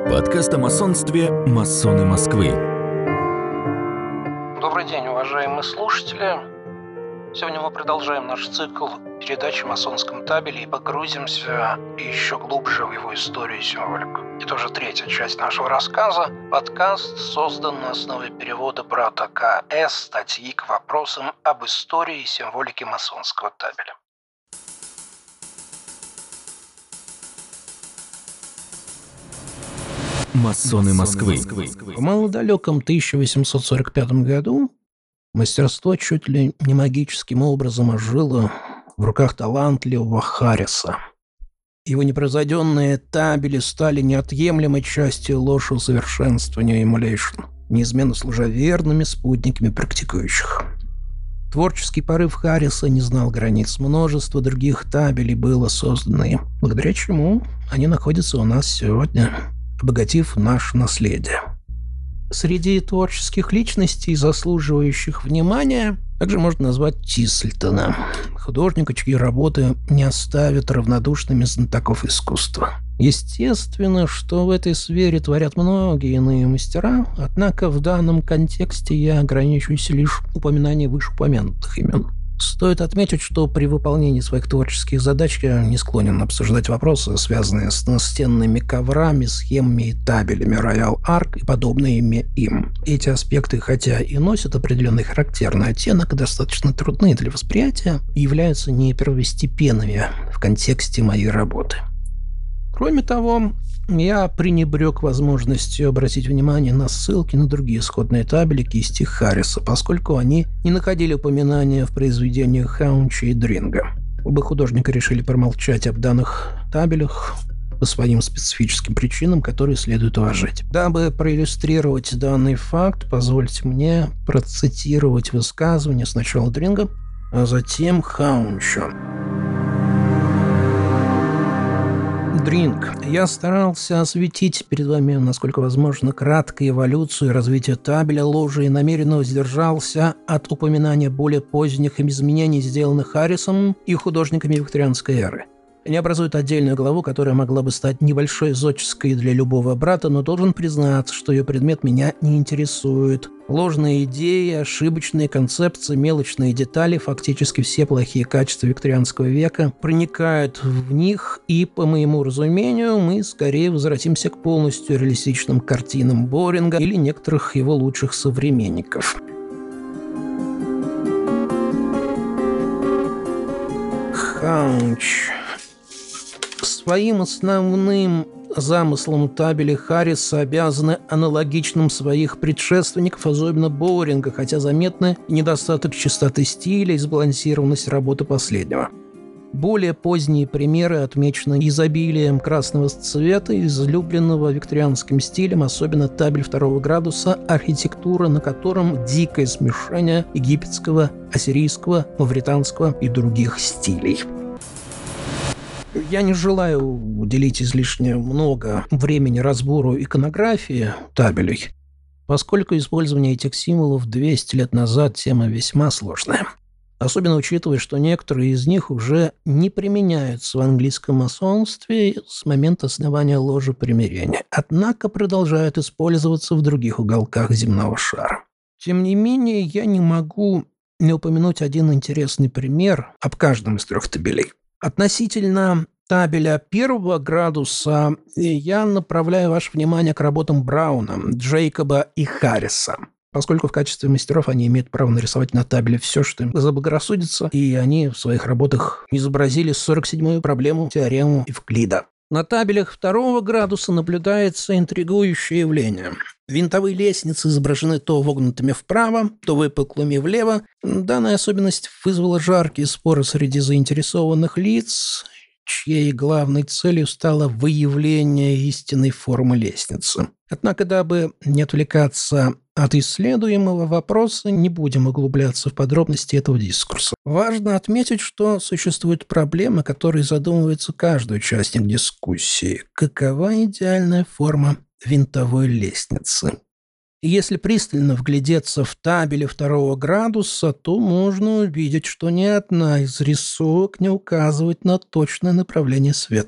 Подкаст о масонстве «Масоны Москвы». Добрый день, уважаемые слушатели. Сегодня мы продолжаем наш цикл передач о масонском табеле и погрузимся еще глубже в его историю и символику. Это уже третья часть нашего рассказа. Подкаст создан на основе перевода брата К.С. статьи к вопросам об истории и символике масонского табеля. Масоны Москвы. В малодалеком 1845 году мастерство чуть ли не магическим образом ожило в руках талантливого Харриса. Его непроизведенные табели стали неотъемлемой частью ложи усовершенствования Emulation, неизменно служа верными спутниками практикующих. Творческий порыв Харриса не знал границ. Множество других табелей было создано им, благодаря чему они находятся у нас сегодня, обогатив наше наследие. Среди творческих личностей, заслуживающих внимания, также можно назвать Тислтона, художника, чьи работы не оставят равнодушными знатоков искусства. Естественно, что в этой сфере творят многие иные мастера, однако в данном контексте я ограничусь лишь упоминанием вышеупомянутых имен. Стоит отметить, что при выполнении своих творческих задач я не склонен обсуждать вопросы, связанные с настенными коврами, схемами и табелями Royal Ark и подобными им. Эти аспекты, хотя и носят определенный характерный оттенок, достаточно трудны для восприятия и являются не первостепенными в контексте моей работы. Кроме того, я пренебрег возможностью обратить внимание на ссылки на другие сходные табели кисти Харриса, поскольку они не находили упоминания в произведениях Хаунча и Дринга. Оба художника решили промолчать об данных табелях по своим специфическим причинам, которые следует уважать. Дабы проиллюстрировать данный факт, позвольте мне процитировать высказывание сначала Дринга, а затем Хаунча. Дринг. Я старался осветить перед вами, насколько возможно, краткую эволюцию и развитие табеля ложи и намеренно воздержался от упоминания более поздних изменений, сделанных Харрисом и художниками викторианской эры. Они образуют отдельную главу, которая могла бы стать небольшой зодческой для любого брата, но должен признаться, что ее предмет меня не интересует. Ложные идеи, ошибочные концепции, мелочные детали, фактически все плохие качества викторианского века проникают в них, и, по моему разумению, мы скорее возвратимся к полностью реалистичным картинам Боринга или некоторых его лучших современников. Хаунч. Своим основным замыслом табели Харриса обязаны аналогичным своих предшественников, особенно Боринга, хотя заметны недостаток чистоты стиля и сбалансированность работы последнего. Более поздние примеры отмечены изобилием красного цвета, излюбленного викторианским стилем, особенно табель 2 градуса, архитектура на котором дикое смешение египетского, ассирийского, мавританского и других стилей. Я не желаю уделить излишне много времени разбору иконографии табелей, поскольку использование этих символов 200 лет назад тема весьма сложная. Особенно учитывая, что некоторые из них уже не применяются в английском масонстве с момента основания ложи примирения, однако продолжают использоваться в других уголках земного шара. Тем не менее, я не могу не упомянуть один интересный пример об каждом из 3 табелей. Относительно табеля 1 градуса я направляю ваше внимание к работам Брауна, Джейкоба и Харриса, поскольку в качестве мастеров они имеют право нарисовать на табеле все, что им заблагорассудится, и они в своих работах изобразили 47-ю проблему, теорему Евклида. На табелях 2 градуса наблюдается интригующее явление. Винтовые лестницы изображены то вогнутыми вправо, то выпуклыми влево. Данная особенность вызвала жаркие споры среди заинтересованных лиц, чьей главной целью стало выявление истинной формы лестницы. Однако, дабы не отвлекаться от исследуемого вопроса, не будем углубляться в подробности этого дискурса. Важно отметить, что существуют проблемы, которые задумывается каждый участник дискуссии. Какова идеальная форма винтовой лестницы? Если пристально вглядеться в табели 2 градуса, то можно увидеть, что ни одна из рисовок не указывает на точное направление света.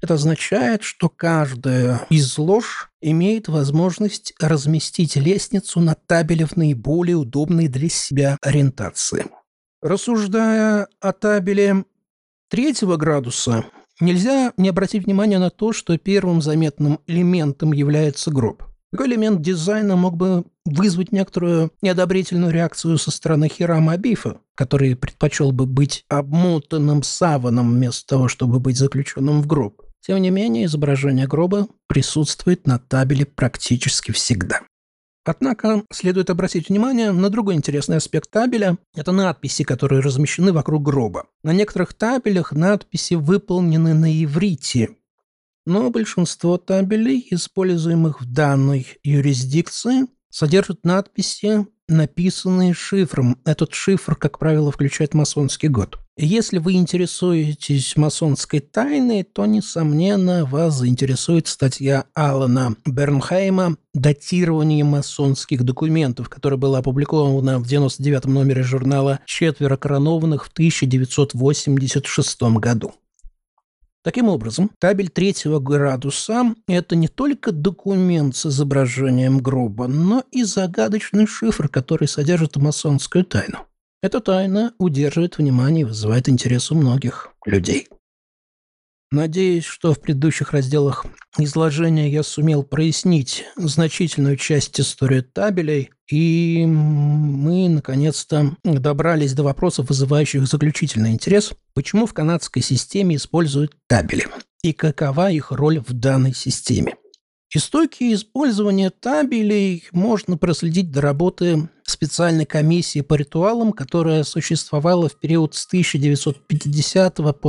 Это означает, что каждая из лож имеет возможность разместить лестницу на табеле в наиболее удобной для себя ориентации. Рассуждая о табеле 3 градуса, нельзя не обратить внимание на то, что первым заметным элементом является гроб. Такой элемент дизайна мог бы вызвать некоторую неодобрительную реакцию со стороны Хирама Абифа, который предпочел бы быть обмотанным саваном вместо того, чтобы быть заключенным в гроб. Тем не менее, изображение гроба присутствует на табеле практически всегда. Однако следует обратить внимание на другой интересный аспект табеля. Это надписи, которые размещены вокруг гроба. На некоторых табелях надписи выполнены на иврите, но большинство табелей, используемых в данной юрисдикции, содержат надписи, написанные шифром. Этот шифр, как правило, включает масонский год. Если вы интересуетесь масонской тайной, то, несомненно, вас заинтересует статья Алана Бернхейма «Датирование масонских документов», которая была опубликована в 99-м номере журнала «Четверо коронованных» в 1986 году. Таким образом, табель 3 градуса – это не только документ с изображением гроба, но и загадочный шифр, который содержит масонскую тайну. Эта тайна удерживает внимание и вызывает интерес у многих людей. Надеюсь, что в предыдущих разделах изложения я сумел прояснить значительную часть истории табелей, и мы, наконец-то, добрались до вопросов, вызывающих заключительный интерес. Почему в канадской системе используют табели? И какова их роль в данной системе? Истоки использования табелей можно проследить до работы специальной комиссии по ритуалам, которая существовала в период с 1950 по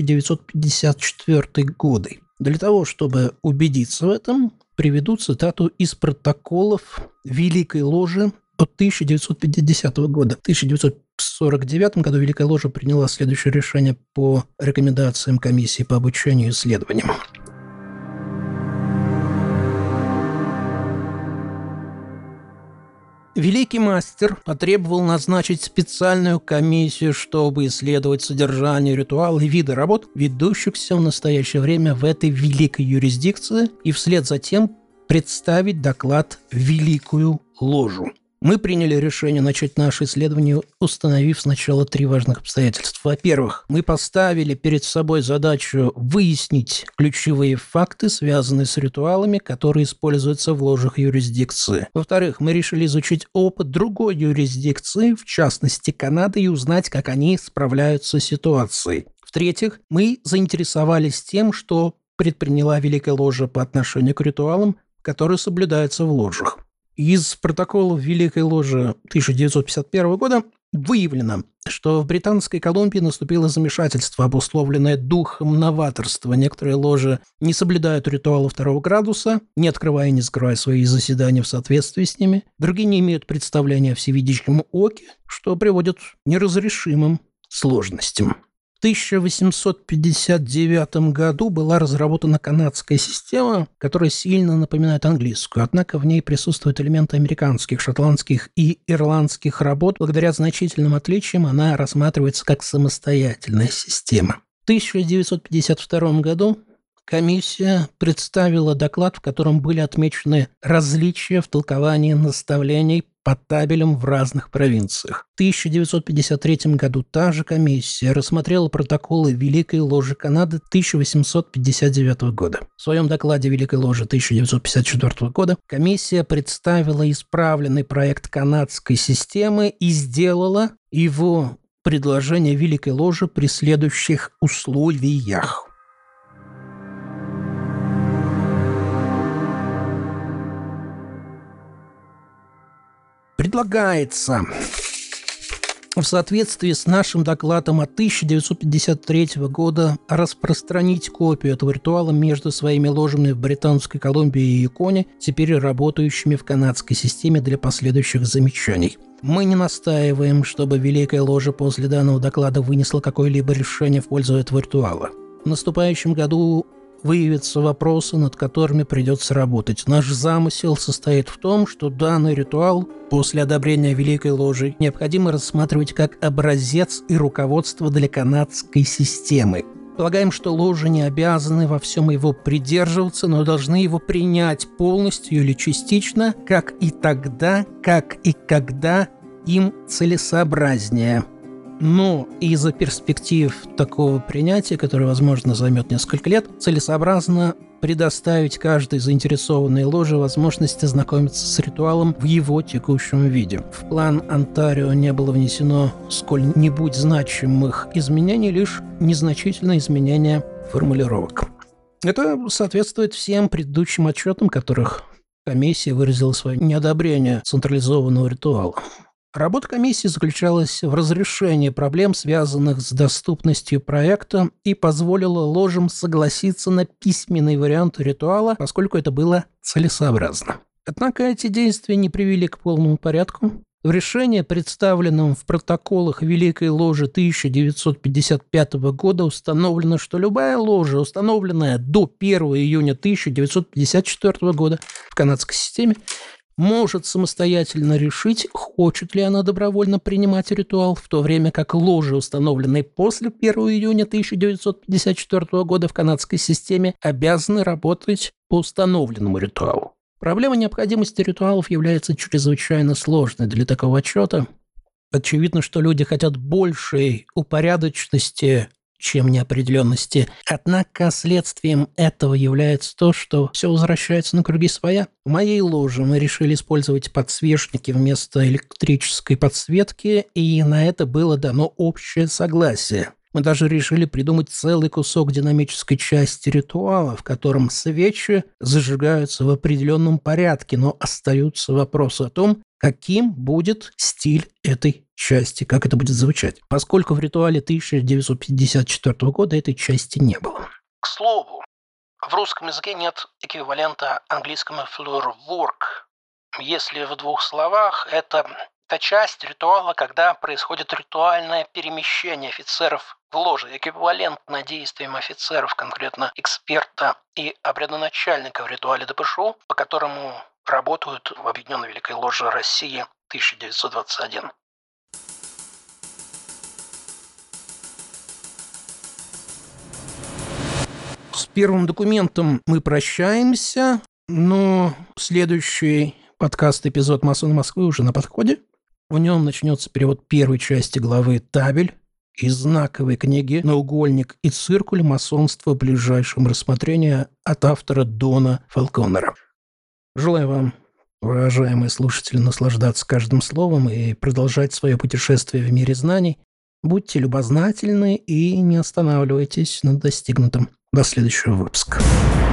1954 годы. Для того, чтобы убедиться в этом, приведу цитату из протоколов Великой Ложи от 1950 года. В 1949 году Великая Ложа приняла следующее решение по рекомендациям комиссии по обучению и исследованиям. Великий мастер потребовал назначить специальную комиссию, чтобы исследовать содержание ритуала и виды работ, ведущихся в настоящее время в этой великой юрисдикции, и вслед за тем представить доклад в Великую Ложу. Мы приняли решение начать наше исследование, установив сначала 3 важных обстоятельства. Во-первых, мы поставили перед собой задачу выяснить ключевые факты, связанные с ритуалами, которые используются в ложах юрисдикции. Во-вторых, мы решили изучить опыт другой юрисдикции, в частности Канады, и узнать, как они справляются с ситуацией. В-третьих, мы заинтересовались тем, что предприняла Великая Ложа по отношению к ритуалам, которые соблюдаются в ложах. Из протоколов Великой Ложи 1951 года выявлено, что в Британской Колумбии наступило замешательство, обусловленное духом новаторства. Некоторые ложи не соблюдают ритуалы 2 градуса, не открывая и не закрывая свои заседания в соответствии с ними. Другие не имеют представления о всевидящем оке, что приводит к неразрешимым сложностям. В 1859 году была разработана канадская система, которая сильно напоминает английскую, однако в ней присутствуют элементы американских, шотландских и ирландских работ. Благодаря значительным отличиям она рассматривается как самостоятельная система. В 1952 году комиссия представила доклад, в котором были отмечены различия в толковании наставлений по табелям в разных провинциях. В 1953 году та же комиссия рассмотрела протоколы Великой Ложи Канады 1859 года. В своем докладе Великой Ложи 1954 года комиссия представила исправленный проект канадской системы и сделала его предложение Великой Ложи при следующих условиях. Предлагается в соответствии с нашим докладом от 1953 года распространить копию этого ритуала между своими ложами в Британской Колумбии и Юконе, теперь работающими в канадской системе, для последующих замечаний. Мы не настаиваем, чтобы Великая Ложа после данного доклада вынесла какое-либо решение в пользу этого ритуала. В наступающем году выявятся вопросы, над которыми придется работать. Наш замысел состоит в том, что данный ритуал после одобрения Великой Ложи необходимо рассматривать как образец и руководство для канадской системы. Полагаем, что ложи не обязаны во всем его придерживаться, но должны его принять полностью или частично, как и тогда, как и когда им целесообразнее. Но из-за перспектив такого принятия, которое, возможно, займет несколько лет, целесообразно предоставить каждой заинтересованной ложе возможность ознакомиться с ритуалом в его текущем виде. В план Онтарио не было внесено сколь-нибудь значимых изменений, лишь незначительные изменения формулировок. Это соответствует всем предыдущим отчетам, которых комиссия выразила свое неодобрение централизованного ритуала. Работа комиссии заключалась в разрешении проблем, связанных с доступностью проекта, и позволила ложам согласиться на письменный вариант ритуала, поскольку это было целесообразно. Однако эти действия не привели к полному порядку. В решении, представленном в протоколах Великой Ложи 1955 года, установлено, что любая ложа, установленная до 1 июня 1954 года в канадской системе, может самостоятельно решить, хочет ли она добровольно принимать ритуал, в то время как ложи, установленные после 1 июня 1954 года в канадской системе, обязаны работать по установленному ритуалу. Проблема необходимости ритуалов является чрезвычайно сложной для такого отчета. Очевидно, что люди хотят большей упорядоченности, чем неопределенности. Однако следствием этого является то, что все возвращается на круги своя. В моей ложе мы решили использовать подсвечники вместо электрической подсветки, и на это было дано общее согласие. Мы даже решили придумать целый кусок динамической части ритуала, в котором свечи зажигаются в определенном порядке, но остаются вопросы о том, каким будет стиль этой части, как это будет звучать, поскольку в ритуале 1954 года этой части не было. К слову, в русском языке нет эквивалента английскому floor work. Если в двух словах, это та часть ритуала, когда происходит ритуальное перемещение офицеров в ложе, эквивалентно действиям офицеров, конкретно эксперта и обрядоначальника в ритуале ДПШУ, по которому работают в Объединенной Великой Ложе России 1921. С первым документом мы прощаемся, но следующий подкаст-эпизод «Масоны Москвы» уже на подходе. В нем начнется перевод первой части главы «Табель» из знаковой книги «Наугольник и циркуль. Масонство в ближайшем рассмотрении» от автора Дона Фалконера. Желаю вам, уважаемые слушатели, наслаждаться каждым словом и продолжать свое путешествие в мире знаний. Будьте любознательны и не останавливайтесь на достигнутом. До следующего выпуска.